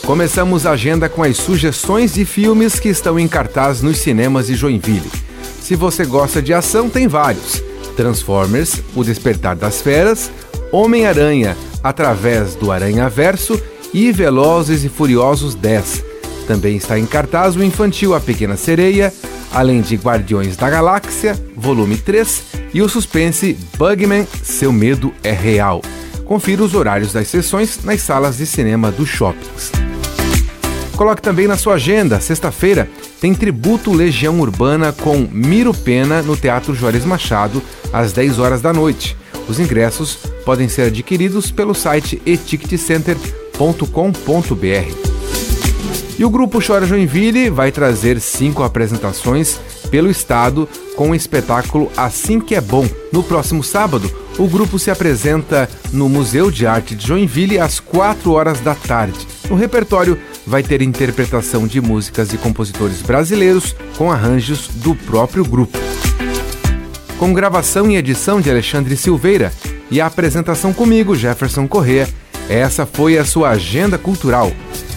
Começamos a agenda com as sugestões de filmes que estão em cartaz nos cinemas de Joinville. Se você gosta de ação, tem vários: Transformers, O Despertar das Feras, Homem-Aranha, Através do Aranhaverso e Velozes e Furiosos 10. Também está em cartaz o infantil A Pequena Sereia, além de Guardiões da Galáxia, volume 3, e o suspense Bugman, Seu Medo é Real. Confira os horários das sessões nas salas de cinema dos shoppings. Coloque também na sua agenda, sexta-feira, tem Tributo Legião Urbana com Miro Pena no Teatro Juarez Machado, às 10 horas da noite. Os ingressos podem ser adquiridos pelo site eticketcenter.com.br. E o Grupo Chora Joinville vai trazer 5 apresentações pelo estado com o espetáculo Assim Que É Bom. No próximo sábado, o grupo se apresenta no Museu de Arte de Joinville às 4 horas da tarde. No repertório vai ter interpretação de músicas de compositores brasileiros com arranjos do próprio grupo. Com gravação e edição de Alexandre Silveira e a apresentação comigo, Jefferson Corrêa, essa foi a sua agenda cultural.